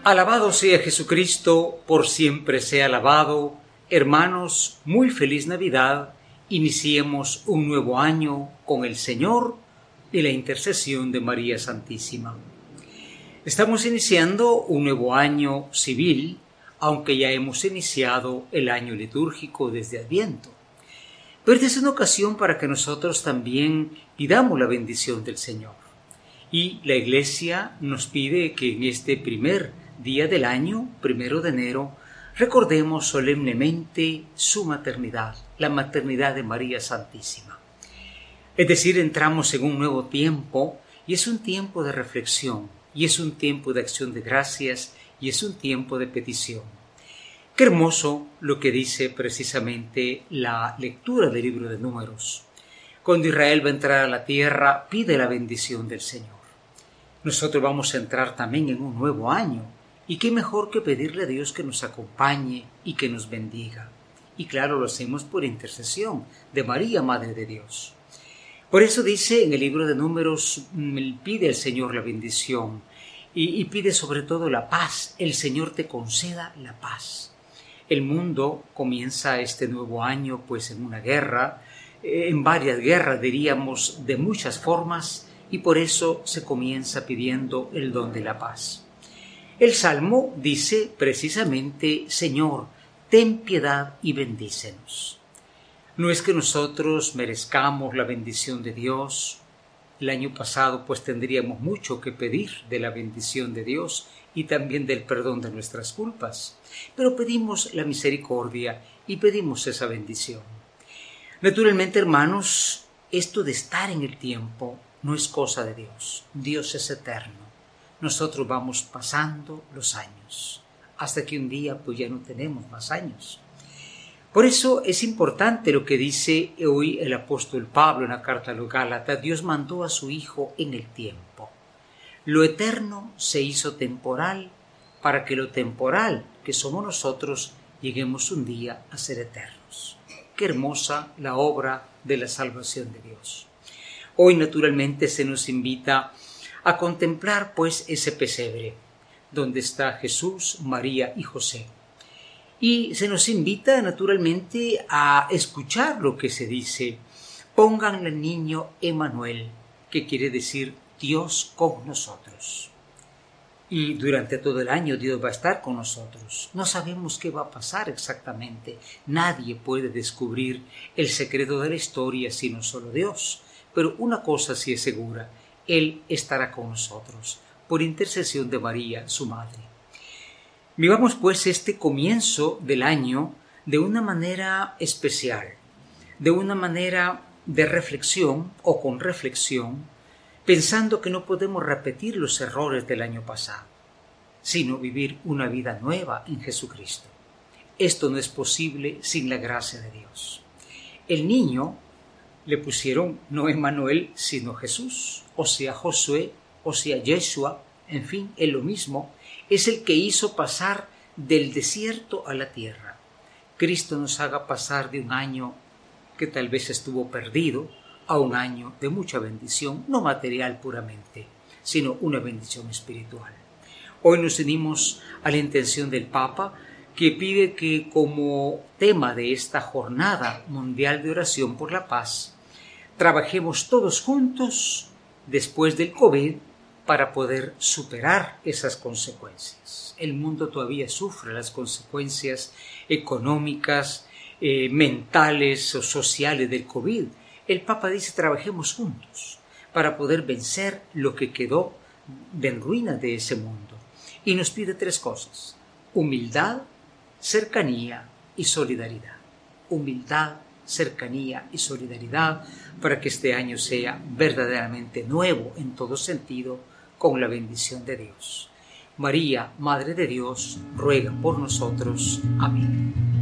Alabado sea Jesucristo, por siempre sea alabado. Hermanos, muy feliz Navidad. Iniciemos un nuevo año con el Señor y la intercesión de María Santísima. Estamos iniciando un nuevo año civil, aunque ya hemos iniciado el año litúrgico desde Adviento. Pero esta es una ocasión para que nosotros también pidamos la bendición del Señor. Y la Iglesia nos pide que en este primer día del año, 1 de enero, recordemos solemnemente su maternidad, la maternidad de María Santísima. Es decir, entramos en un nuevo tiempo y es un tiempo de reflexión, y es un tiempo de acción de gracias, y es un tiempo de petición. Qué hermoso lo que dice precisamente la lectura del libro de Números. Cuando Israel va a entrar a la tierra, pide la bendición del Señor. Nosotros vamos a entrar también en un nuevo año, y qué mejor que pedirle a Dios que nos acompañe y que nos bendiga. Y claro, lo hacemos por intercesión de María, Madre de Dios. Por eso dice en el libro de Números, pide al Señor la bendición y pide sobre todo la paz. El Señor te conceda la paz. El mundo comienza este nuevo año pues en una guerra, en varias guerras diríamos, de muchas formas, y por eso se comienza pidiendo el don de la paz. El Salmo dice precisamente, Señor, ten piedad y bendícenos. No es que nosotros merezcamos la bendición de Dios. El año pasado pues tendríamos mucho que pedir de la bendición de Dios y también del perdón de nuestras culpas. Pero pedimos la misericordia y pedimos esa bendición. Naturalmente, hermanos, esto de estar en el tiempo no es cosa de Dios. Dios es eterno. Nosotros vamos pasando los años, hasta que un día pues ya no tenemos más años. Por eso es importante lo que dice hoy el apóstol Pablo en la carta a los Gálatas. Dios mandó a su Hijo en el tiempo. Lo eterno se hizo temporal para que lo temporal, que somos nosotros, lleguemos un día a ser eternos. Qué hermosa la obra de la salvación de Dios. Hoy naturalmente se nos invita a contemplar pues ese pesebre, donde está Jesús, María y José. Y se nos invita naturalmente a escuchar lo que se dice. Pongan al niño Emmanuel, que quiere decir Dios con nosotros. Y durante todo el año Dios va a estar con nosotros. No sabemos qué va a pasar exactamente. Nadie puede descubrir el secreto de la historia sino solo Dios. Pero una cosa sí es segura. Él estará con nosotros, por intercesión de María, su Madre. Vivamos pues este comienzo del año de una manera especial, de una manera de reflexión o con reflexión, pensando que no podemos repetir los errores del año pasado, sino vivir una vida nueva en Jesucristo. Esto no es posible sin la gracia de Dios. El niño le pusieron no Emmanuel, sino Jesús, o sea Josué, o sea Yeshua, en fin, es lo mismo, es el que hizo pasar del desierto a la tierra. Cristo nos haga pasar de un año que tal vez estuvo perdido a un año de mucha bendición, no material puramente, sino una bendición espiritual. Hoy nos unimos a la intención del Papa, que pide que como tema de esta jornada mundial de oración por la paz, trabajemos todos juntos después del COVID para poder superar esas consecuencias. El mundo todavía sufre las consecuencias económicas, mentales o sociales del COVID. El Papa dice trabajemos juntos para poder vencer lo que quedó en ruinas de ese mundo. Y nos pide tres cosas: humildad, cercanía y solidaridad. Humildad, cercanía y solidaridad para que este año sea verdaderamente nuevo en todo sentido, con la bendición de Dios. María, Madre de Dios, ruega por nosotros. Amén.